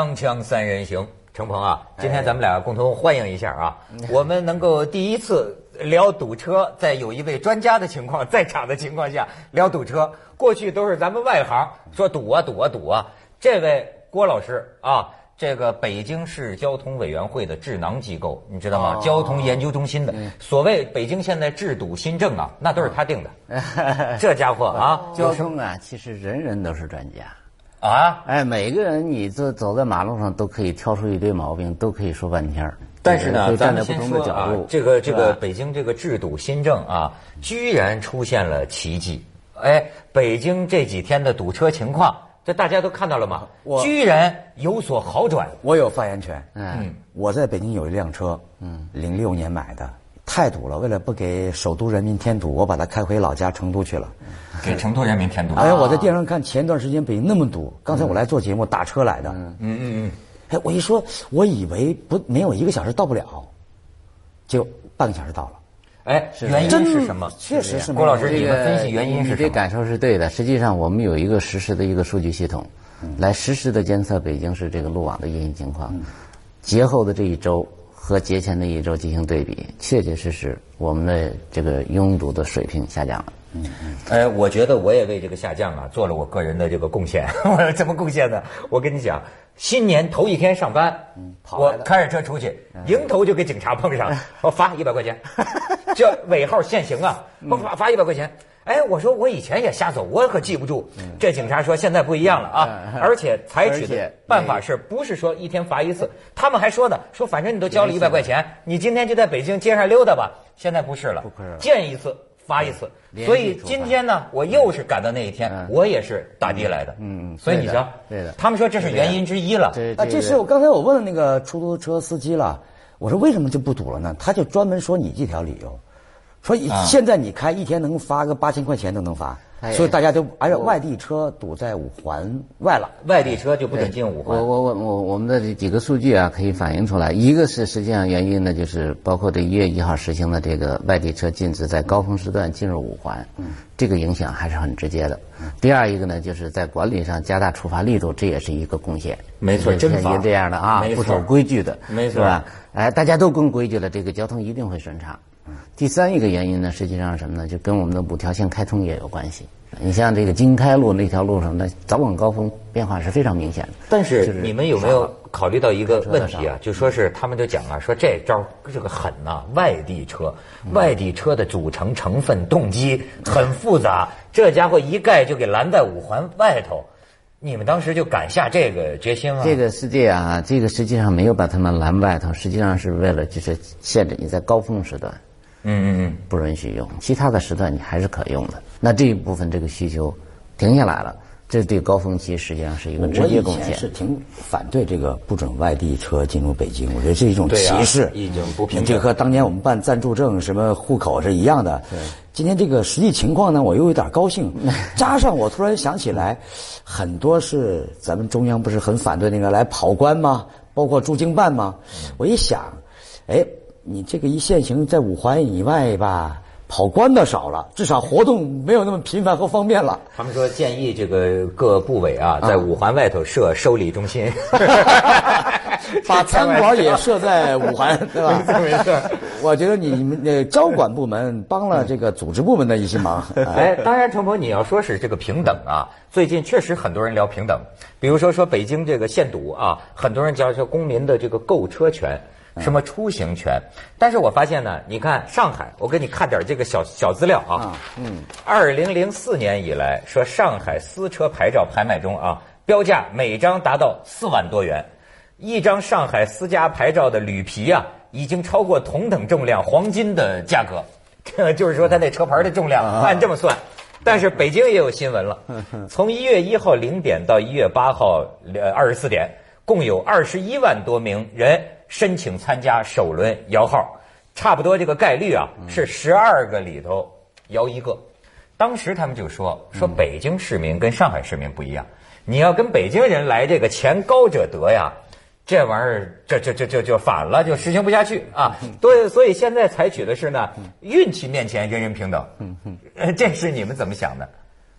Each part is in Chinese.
锵锵三人行，程鹏啊，今天咱们俩共同欢迎一下啊，我们能够第一次聊堵车，在有一位专家的情况在场的情况下聊堵车，过去都是咱们外行说堵啊堵啊堵啊。这位郭老师啊，这个北京市交通委员会的智囊机构，你知道吗？交通研究中心的，所谓北京现在治堵新政啊，那都是他定的。这家伙啊， 交通啊，其实人人都是专家。 啊， 哎，每个人你走在马路上都可以挑出一堆毛病，都可以说半天。 但是呢， 站在不同的角度， 这个北京这个治堵新政啊，居然出现了奇迹。哎，北京这几天的堵车情况，这大家都看到了吗？居然有所好转。 我有发言权。我在北京有一辆车，06年买的，太堵了，为了不给首都人民添堵，我把它开回老家成都去了。 给成都人民添堵。 哎，我在电视上看前段时间北京那么堵，刚才我来做节目打车来的。哎，我一说，我以为没有1个小时到不了，结果半个小时到了。 哎，原因是什么？ 确实是。 郭老师，你们分析原因是什么？ 你这感受是对的。实际上，我们有一个实时的一个数据系统，来实时的监测北京市这个路网的运行情况。节后的这一周和节前的一周进行对比，确确实实我们的这个拥堵的水平下降了。 我觉得我也为这个下降啊做了我个人的这个贡献。我怎么贡献呢？我跟你讲，新年头一天上班，我开着车出去，迎头就给警察碰上，我罚100块钱，这尾号限行啊，我罚100块钱。哎，我说我以前也瞎走，我可记不住。这警察说现在不一样了啊，而且采取的办法是不是说一天罚1次？他们还说呢，说反正你都交了100块钱，你今天就在北京街上溜达吧。现在不是了，见1次罚1次。所以今天呢，我又是赶到那一天，我也是打的来的。所以你瞧， 对的， 他们说这是原因之一了。 这是刚才我问了那个出租车司机了，我说为什么就不堵了呢？他就专门说你这条理由。说现在你开一天能发个8000块钱都能发，所以大家都而且外地车堵在5环外了， 外地车就不准进5环。 我们的这几个数据啊，可以反映出来。一个是实际上原因呢，就是包括这1月1号实行的这个外地车禁止在高峰时段进入5环，这个影响还是很直接的。第二一个呢，就是在管理上加大处罚力度，这也是一个贡献。 没错，真罚这样的啊，不守规矩的， 没错， 是吧？哎，大家都跟规矩了，这个交通一定会顺畅。第三一个原因呢，实际上是什么呢？就跟我们的5条线开通也有关系。你像这个京开路那条路上的早晚高峰变化是非常明显的。 但是你们有没有考虑到一个问题啊？就说是他们就讲啊，说这招这个狠呐，外地车的组成成分动机很复杂，这家伙一概就给拦在5环外头。你们当时就敢下这个决心啊？ 这个是这样啊，这个实际上没有把他们拦外头，实际上是为了就是限制你在高峰时段。不允许用，其他的时段你还是可用的。那这一部分这个需求停下来了，这对高峰期实际上是一个直接贡献。 我以前是挺反对这个不准外地车进入北京，我觉得是一种歧视， 一种不平等。 这个和当年我们办暂住证、什么户口是一样的。今天这个实际情况呢，我又有点高兴，加上我突然想起来，很多是咱们中央不是很反对那个来跑关吗？包括驻京办吗？我一想，哎。你这个一限行在5环以外吧，跑关的少了，至少活动没有那么频繁和方便了。 他们说建议这个各部委啊，在5环外头设收礼中心， 把餐馆也设在5环，对吧？ 没错。 我觉得你们交管部门帮了这个组织部门的一些忙。 哎，当然，程鹏，你要说是这个平等啊，最近确实很多人聊平等，比如说北京这个限堵啊，很多人讲说公民的这个购车权。什么出行权？但是我发现呢，你看上海，我给你看点这个小资料啊。2004年以来，说上海私车牌照拍卖中啊，标价每张达到4万多元，一张上海私家牌照的铝皮啊，已经超过同等重量黄金的价格。这就是说，它那车牌的重量按这么算。但是北京也有新闻了，从1月1号0点到1月8号24点，共有21万多名人申请参加首轮摇号，差不多这个概率啊是12个里头摇1个。当时他们就说北京市民跟上海市民不一样，你要跟北京人来这个钱高者得呀，这玩意儿就反了，就实行不下去啊。对，所以现在采取的是呢，运气面前人人平等。这是你们怎么想的？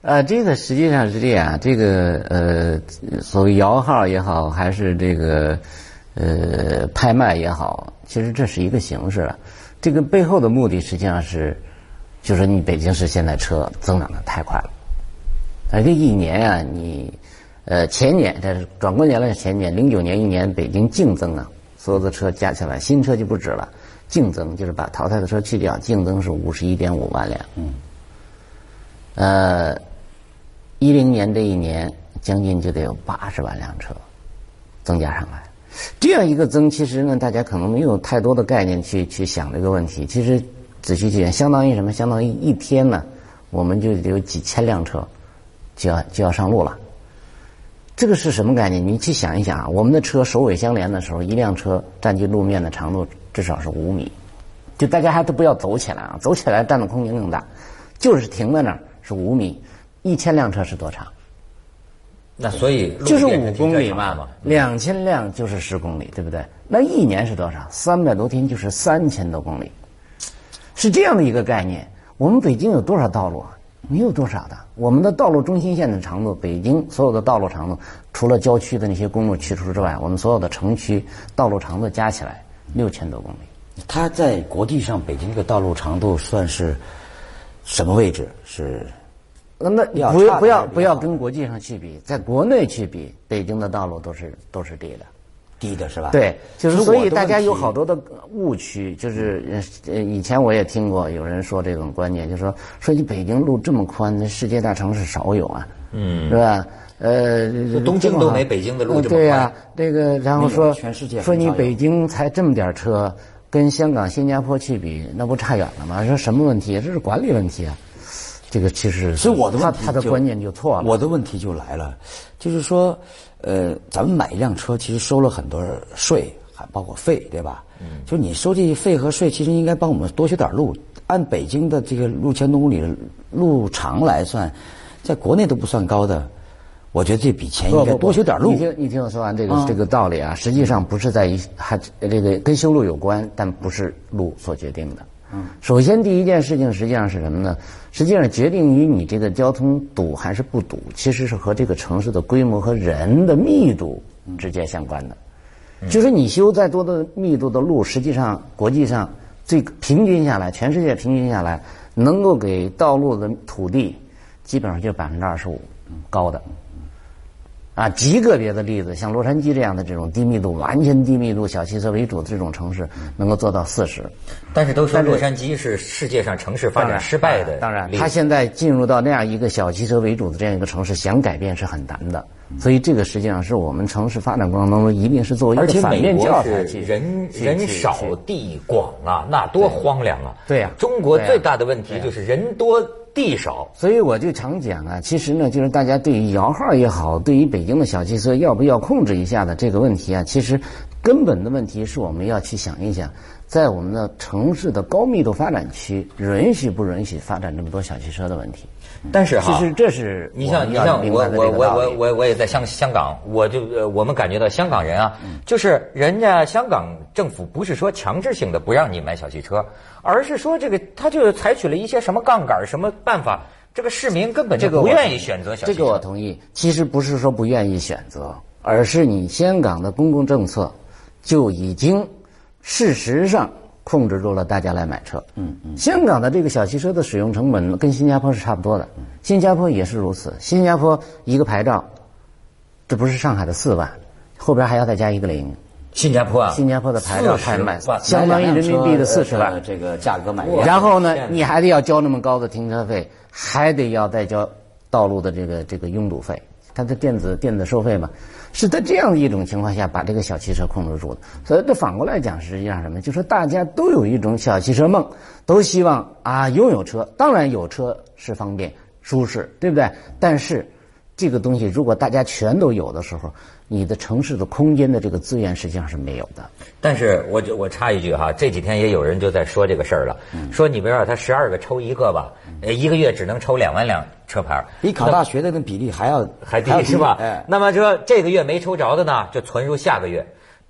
这个实际上是这样，这个所谓摇号也好，还是这个拍卖也好，其实这是一个形式了。这个背后的目的实际上是，就是你北京市现在车增长的太快了，这一年啊，你前年这是转过年来是前年09年一年北京净增啊，所有的车加起来，新车就不止了，净增就是把淘汰的车去掉，净增是51.5万辆。10年这一年将近就得有80万辆车增加上来，这样一个增，其实呢，大家可能没有太多的概念去想这个问题。其实仔细去想，相当于什么？相当于一天呢，我们就得有几千辆车就要上路了。这个是什么概念？你去想一想啊，我们的车首尾相连的时候，一辆车占据路面的长度至少是5米，就大家还都不要走起来啊，走起来占的空间更大，就是停在那儿是5米。1000辆车是多长？ 那所以就是5公里嘛，2000辆就是10公里，对不对？那一年是多少？300多天就是3000多公里，是这样的一个概念。我们北京有多少道路啊？没有多少的。我们的道路中心线的长度，北京所有的道路长度，除了郊区的那些公路去除之外，我们所有的城区道路长度加起来6000多公里。 它在国际上，北京这个道路长度算是什么位置？是？ 那不要跟国际上去比，在国内去比，北京的道路都是低的是吧？对，就是所以大家有好多的误区，就是以前我也听过有人说这种观念，就是说你北京路这么宽，世界大城市少有啊，是吧？ 东京都没北京的路这么宽。 对呀，这个然后说全世界说你北京才这么点车，跟香港、新加坡去比，那不差远了吗？说什么问题？这是管理问题啊。这个其实， 所以我的问题他的观念就错了。 我的问题就来了，就是说，咱们买一辆车，其实收了很多税，还包括费，对吧？就你收这些费和税，其实应该帮我们多修点路。按北京的这个6000多公里的路长来算，在国内都不算高的。我觉得这笔钱应该多修点路。 你听我说完这个道理啊，实际上不是在于这个跟修路有关，但不是路所决定的。首先第一件事情实际上是什么呢？实际上决定于你这个交通堵还是不堵，其实是和这个城市的规模和人的密度直接相关的。就是你修再多的密度的路，实际上国际上最平均下来，全世界平均下来，能够给道路的土地基本上就25%高的。极个别的例子，像洛杉矶这样的这种低密度、完全低密度小汽车为主的这种城市，能够做到40%。 但是都说洛杉矶是世界上城市发展失败的。 当然，它现在进入到那样一个小汽车为主的这样一个城市，想改变是很难的。所以这个实际上是我们城市发展过程当中一定是作为一个反面教材去。 人少地广啊，那多荒凉啊！ 对呀， 中国最大的问题就是人多地少。 所以我就常讲啊，其实呢，就是大家对于摇号也好，对于北京的小汽车要不要控制一下的这个问题啊，其实根本的问题是我们要去想一想，在我们的城市的高密度发展区，允许不允许发展这么多小汽车的问题。 但是哈， 其实这是你像我也在香港，我们感觉到香港人啊，就是人家香港政府不是说强制性的不让你买小汽车，而是说这个他就采取了一些什么杠杆什么办法，这个市民根本就不愿意选择小汽车。 这个我同意，其实不是说不愿意选择，而是你香港的公共政策就已经事实上控制住了大家来买车。香港的这个小汽车的使用成本跟新加坡是差不多的，新加坡也是如此。新加坡一个牌照，这不是上海的4万，后边还要再加一个0。 新加坡的牌照才卖，相当于人民币的40万。 这个价格买。 然后呢，你还得要交那么高的停车费，还得要再交道路的这个拥堵费，它的电子收费嘛。是在这样一种情况下把这个小汽车控制住的。所以这反过来讲，实际上什么？就说大家都有一种小汽车梦，都希望拥有车。当然有车是方便舒适，对不对？但是这个东西如果大家全都有的时候，你的城市的空间的这个资源实际上是没有的。 但是我插一句哈，这几天也有人就在说这个事儿了，说你比如说他12个抽1个吧，一个月只能抽2万辆车牌， 比考大学的那比例还低是吧？那么说这个月没抽着的呢，就存入下个月。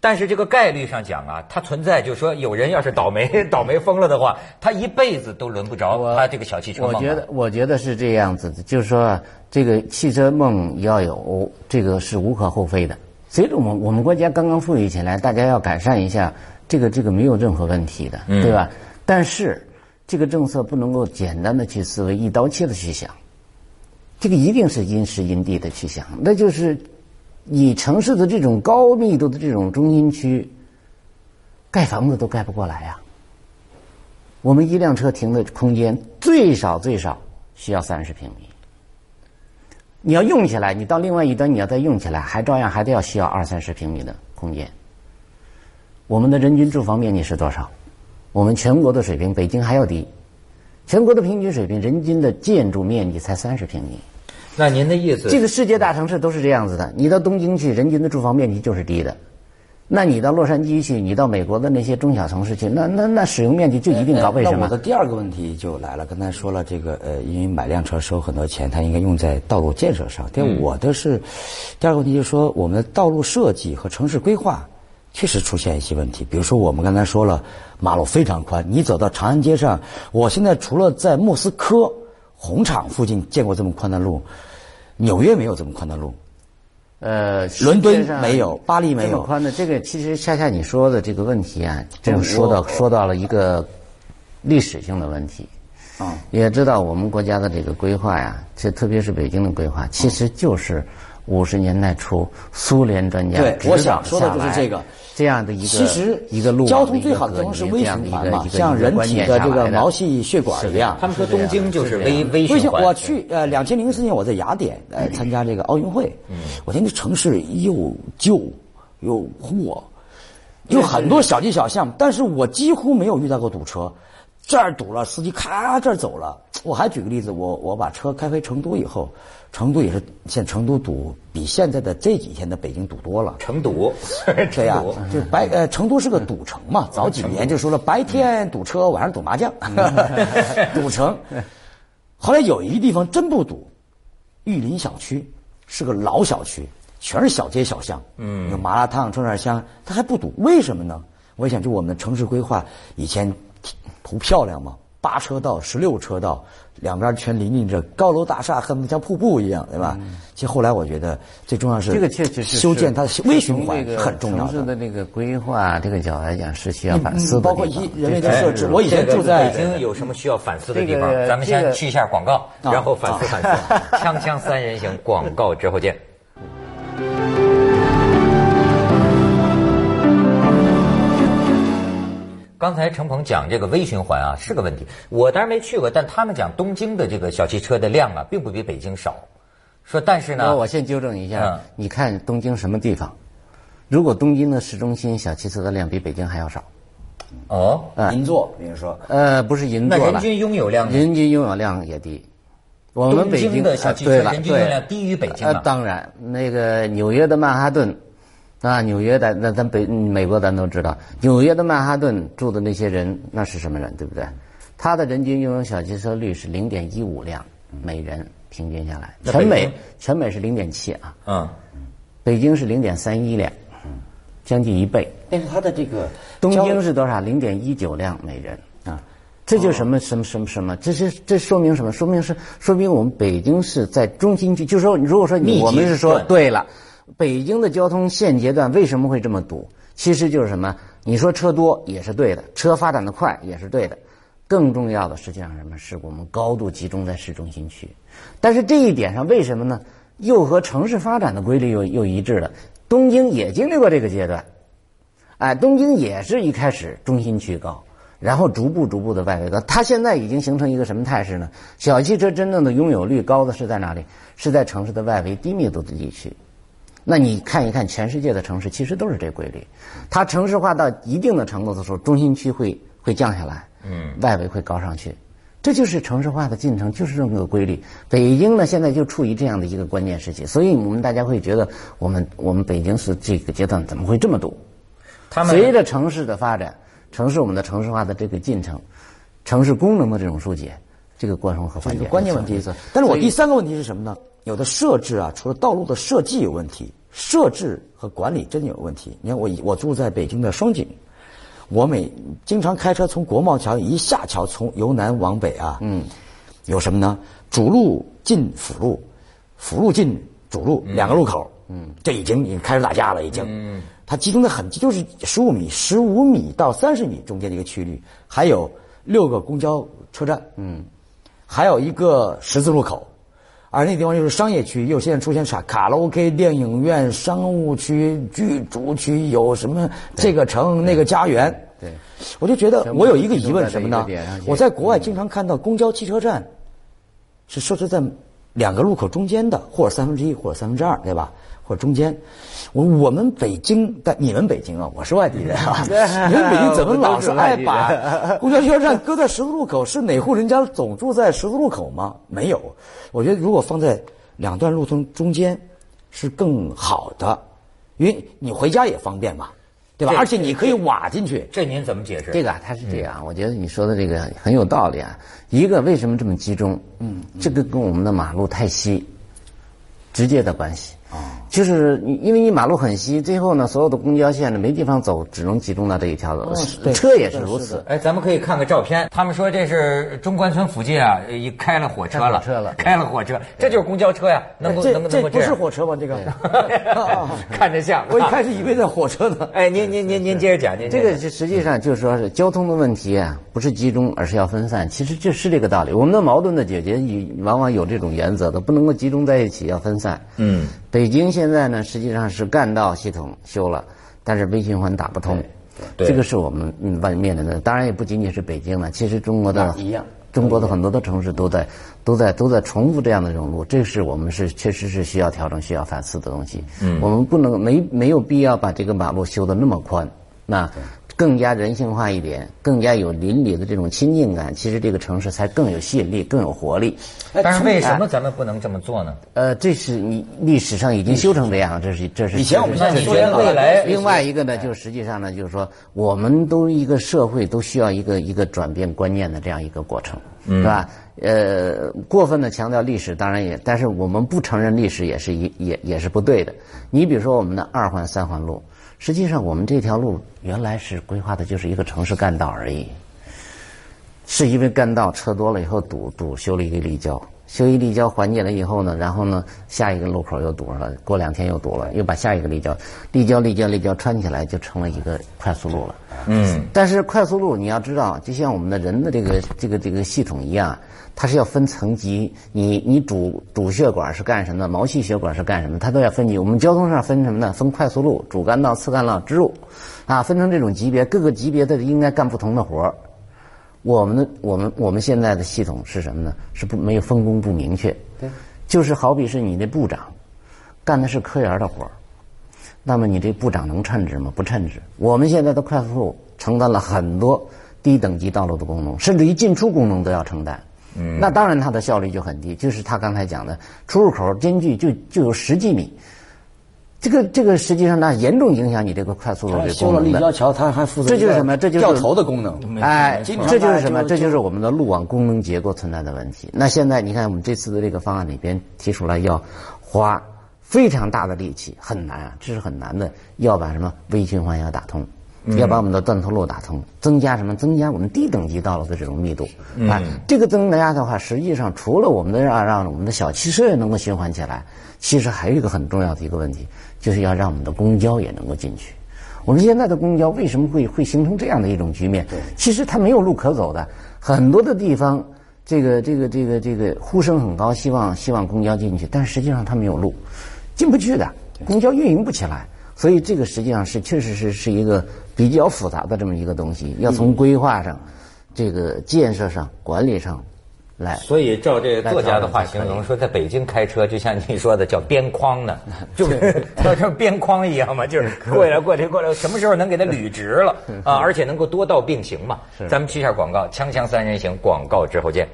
但是这个概率上讲啊，它存在，就是说有人要是倒霉疯了的话，他一辈子都轮不着他这个小汽车梦。 我觉得是这样子的，就是说这个汽车梦要有，这个是无可厚非的。所以我们国家刚刚富裕起来，大家要改善一下，这个没有任何问题的，对吧？但是这个政策不能够简单的去思维，一刀切的去想，这个一定是因时因地的去想，那就是以城市的这种高密度的这种中心区，盖房子都盖不过来呀。我们一辆车停的空间最少需要30平米，你要用起来，你到另外一端你要再用起来，照样还得要需要20-30平米的空间。我们的人均住房面积是多少？我们全国的水平，北京还要低。全国的平均水平，人均的建筑面积才30平米。 那您的意思？ 这个世界大城市都是这样子的。你到东京去，人均的住房面积就是低的。那你到洛杉矶去，你到美国的那些中小城市去，那使用面积就一定高。为什么？ 那我的第二个问题就来了。刚才说了这个因为买辆车收很多钱，它应该用在道路建设上。但我的是第二个问题，就是说我们的道路设计和城市规划确实出现一些问题。比如说我们刚才说了，马路非常宽，你走到长安街上，我现在除了在莫斯科红场附近见过这么宽的路，纽约没有这么宽的路。伦敦没有，巴黎没有。这么宽的，这个其实恰恰你说的这个问题啊，正说到了一个历史性的问题。也知道我们国家的这个规划呀，这特别是北京的规划，其实就是50年代初苏联专家对，我想说的就是这个。 这样的一个其实一个路， 交通最好的交通是微循环嘛，像人体的这个毛细血管一样。 他们说东京就是微循环。 我去2004年我在雅典参加这个奥运会，我听这城市又旧又破，有很多小街小巷，但是我几乎没有遇到过堵车。这儿堵了，司机咔这儿走了。我还举个例子，我把车开回成都以后，成都也是现在成都堵比现在的这几天的北京堵多了。 成都， 对呀，就成都是个赌城嘛，早几年就说了白天堵车，晚上赌麻将，赌城。后来有一个地方真不堵，玉林小区是个老小区，全是小街小巷，有麻辣烫、串串香，它还不堵，为什么呢？我想就我们的城市规划以前图漂亮嘛，8车道、16车道，两边全临近着高楼大厦，恨不得像瀑布一样，对吧？其实后来我觉得最重要是这个确实是修建它的微循环是很重要的。 城市的这个规划这个角度来讲是需要反思的， 包括人为的设置。我以前住在北京，有什么需要反思的地方？咱们先去一下广告，然后反思。锵锵三人行，广告之后见。刚才程鹏讲这个微循环啊是个问题，我当然没去过，但他们讲东京的这个小汽车的量啊，并不比北京少。说但是呢， 我先纠正一下，你看东京什么地方？如果东京的市中心小汽车的量比北京还要少。 银座，比如说， 不是银座了， 那人均拥有量呢？ 人均拥有量也低。我们北京的小汽车人均拥有量低于北京啊。 当然，那个纽约的曼哈顿。纽约的那美国咱都知道，纽约的曼哈顿住的那些人那是什么人，对不对？他的人均拥有小汽车率是0.15辆每人，平均下来，全美是0.7啊。北京是0.31辆，将近1倍。 但是它的这个东京是多少？0.19辆每人啊。这就是什么？这说明什么？说明我们北京是在中心区，就是说，如果说我们是说对了。北京的交通现阶段为什么会这么堵？其实就是什么？你说车多也是对的，车发展的快也是对的，更重要的实际上什么？是我们高度集中在市中心区。但是这一点上为什么呢？又和城市发展的规律又一致了。东京也经历过这个阶段，东京也是一开始中心区高，然后逐步的外围高。它现在已经形成一个什么态势呢？小汽车真正的拥有率高的是在哪里？是在城市的外围低密度的地区。那你看一看全世界的城市，其实都是这规律。它城市化到一定的程度的时候，中心区会降下来，外围会高上去。这就是城市化的进程，就是这么个规律。北京呢，现在就处于这样的一个关键时期，所以我们大家会觉得，我们北京是这个阶段怎么会这么堵？随着城市的发展，我们的城市化的这个进程，城市功能的这种疏解，这个过程和缓解。 关键问题是，但是我第三个问题是什么呢？有的设置啊，除了道路的设计有问题， 设置和管理真有问题。你看我住在北京的双井，我经常开车从国贸桥一下桥，从由南往北啊，有什么呢？主路进辅路，辅路进主路，2个路口，这已经开始打架了，已经。它集中的很，就是15米到30米中间的一个区域，还有6个公交车站，还有一个十字路口。而那地方又是商业区，又现在出现卡拉 OK、电影院、商务区、剧组区，有什么这个城那个家园。 对， 我就觉得我有一个疑问什么呢？我在国外经常看到公交汽车站是设置在2个路口中间的，或者1/3或者2/3，对吧？或者中间。我们北京，但你们北京啊，我是外地人啊，你们北京怎么老是爱把公交汽车站搁在十字路口？是哪户人家总住在十字路口吗？没有，我觉得如果放在2段路中间是更好的，因为你回家也方便嘛，对吧？而且你可以挖进去。 这您怎么解释？ 这个它是这样，我觉得你说的这个很有道理啊。一个为什么这么集中？这个跟我们的马路太稀直接的关系。就是因为你马路很稀，最后呢，所有的公交线呢没地方走，只能集中到这一条路。车也是如此。 哎，咱们可以看个照片，他们说这是中关村附近啊，开了火车了，开了火车，这就是公交车呀，能够这不是火车吗？这个看着像。 我一开始以为在火车呢。 哎，您接着讲， 这个实际上就是说是交通的问题啊，不是集中，而是要分散。其实就是这个道理。我们的矛盾的解决往往有这种原则的，不能够集中在一起，要分散。北京现在呢，实际上是干道系统修了，但是微循环打不通，这个是我们面临的。当然也不仅仅是北京了，其实中国的很多的城市都在重复这样的这种路，这是我们确实是需要调整、需要反思的东西。我们不能没有必要把这个马路修得那么宽，那更加人性化一点，更加有邻里的这种亲近感，其实这个城市才更有吸引力，更有活力。 但是为什么咱们不能这么做呢？ 这是你历史上已经修成这样，这是以前我们现在觉得未来。 另外一个呢，就实际上呢，就是说我们都一个社会都需要一个转变观念的这样一个过程，是吧？过分的强调历史，当然也，但是我们不承认历史也是不对的。你比如说我们的2环、3环路。实际上，我们这条路原来是规划的就是一个城市干道而已，是因为干道车多了以后堵，修了一个立交，修一立交缓解了以后呢，然后呢，下一个路口又堵上了，过2天又堵了，又把下一个立交穿起来就成了一个快速路了。但是快速路你要知道，就像我们的人的这个系统一样。它是要分层级，你主血管是干什么的，毛细血管是干什么，它都要分级。我们交通上分什么呢？分快速路、主干道、次干道、支路，分成这种级别，各个级别的应该干不同的活儿。我们现在的系统是什么呢？是没有分工不明确。对，就是好比是你的部长干的是科员的活儿，那么你这部长能称职吗？不称职。我们现在的快速路承担了很多低等级道路的功能，甚至于进出功能都要承担。那当然它的效率就很低，就是他刚才讲的出入口间距就有10几米，这个实际上它严重影响你这个快速路的功能的。 修了立交桥，它还负责这就是什么？这就是掉头的功能。 哎，这就是什么？这就是我们的路网功能结构存在的问题。那现在你看我们这次的这个方案里边提出来要花非常大的力气，很难啊，这是很难的，要把什么微循环要打通。要把我们的断头路打通，增加什么？增加我们低等级道路的这种密度。这个增加的话，实际上除了我们的让我们的小汽车也能够循环起来，其实还有一个很重要的一个问题，就是要让我们的公交也能够进去。我们现在的公交为什么会形成这样的一种局面？其实它没有路可走的，很多的地方这个呼声很高，希望公交进去，但实际上它没有路，进不去的，公交运营不起来。所以这个实际上确实是一个比较复杂的这么一个东西，要从规划上、这个建设上、管理上来。 所以照这个作家的话形容说，在北京开车就像你说的叫边框呢，就是像边框一样嘛，就是过来，什么时候能给它捋直了啊？而且能够多道并行嘛。咱们去一下广告，锵锵三人行，广告之后见。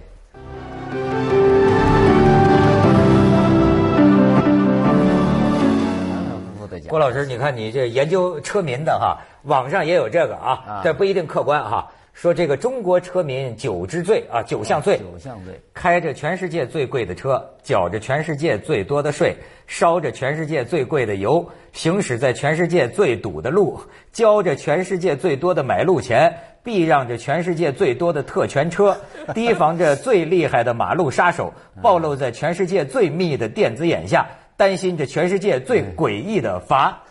郭老师，你看你这研究车民的哈，网上也有这个啊，这不一定客观哈。 说这个中国车民酒之最啊，9项罪 ，9项罪， 开着全世界最贵的车，缴着全世界最多的税，烧着全世界最贵的油，行驶在全世界最堵的路，交着全世界最多的买路钱，避让着全世界最多的特权车，提防着最厉害的马路杀手，暴露在全世界最密的电子眼下，担心着全世界最诡异的罚。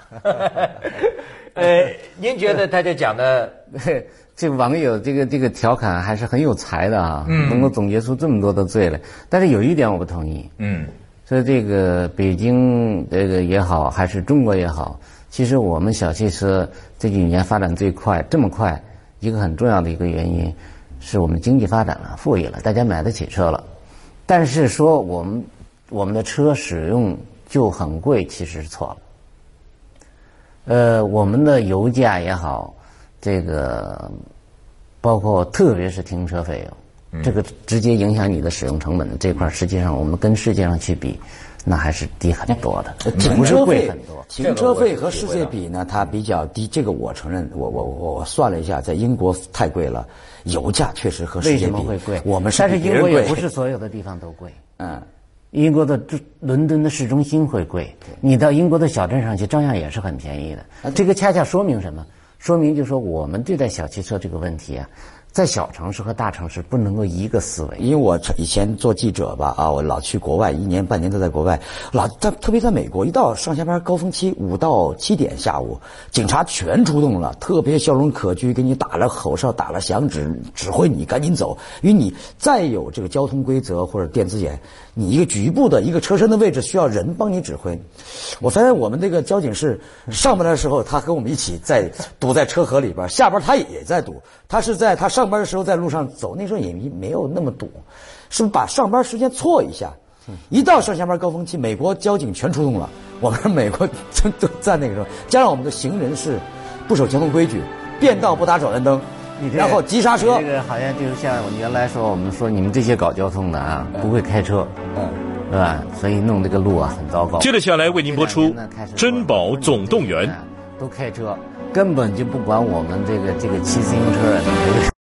您觉得他这讲的？ 这网友这个调侃还是很有才的啊，能够总结出这么多的罪来。但是有一点我不同意，说这个北京这个也好，还是中国也好，其实我们小汽车这几年发展最快，这么快，一个很重要的一个原因，是我们经济发展了，富裕了，大家买得起车了。但是说我们的车使用就很贵，其实是错了。我们的油价也好，这个包括特别是停车费用，这个直接影响你的使用成本的这块，实际上我们跟世界上去比，那还是低很多的，不是贵很多。 停车费和世界比呢，它比较低，这个我承认。我算了一下，在英国太贵了，油价确实和世界比为什么会贵？ 我们但是英国也不是所有的地方都贵。英国的伦敦的市中心会贵，你到英国的小镇上去，照样也是很便宜的。这个恰恰说明什么？说明就是说，我们对待小汽车这个问题啊，在小城市和大城市不能够一个思维。 因为我以前做记者吧，我老去国外，1年半年都在国外，特别在美国，一到上下班高峰期5到7点下午，警察全出动了，特别笑容可掬，给你打了口哨，打了响指，指挥你赶紧走。因为你再有这个交通规则或者电子眼，你一个局部的一个车身的位置需要人帮你指挥。我发现我们这个交警是上班的时候，他和我们一起堵在车河里边，下班他也在堵。他上班的时候在路上走，那时候也没有那么堵，是不是把上班时间错一下？一到上下班高峰期，美国交警全出动了，我们美国都在那个时候，加上我们的行人是不守交通规矩，变道不打转弯灯，然后急刹车。 这个好像就是像我们原来说，我们说你们这些搞交通的啊，不会开车，对吧？所以弄这个路啊很糟糕。 接着下来为您播出《珍宝总动员》， 都开车，根本就不管我们这个骑自行车的。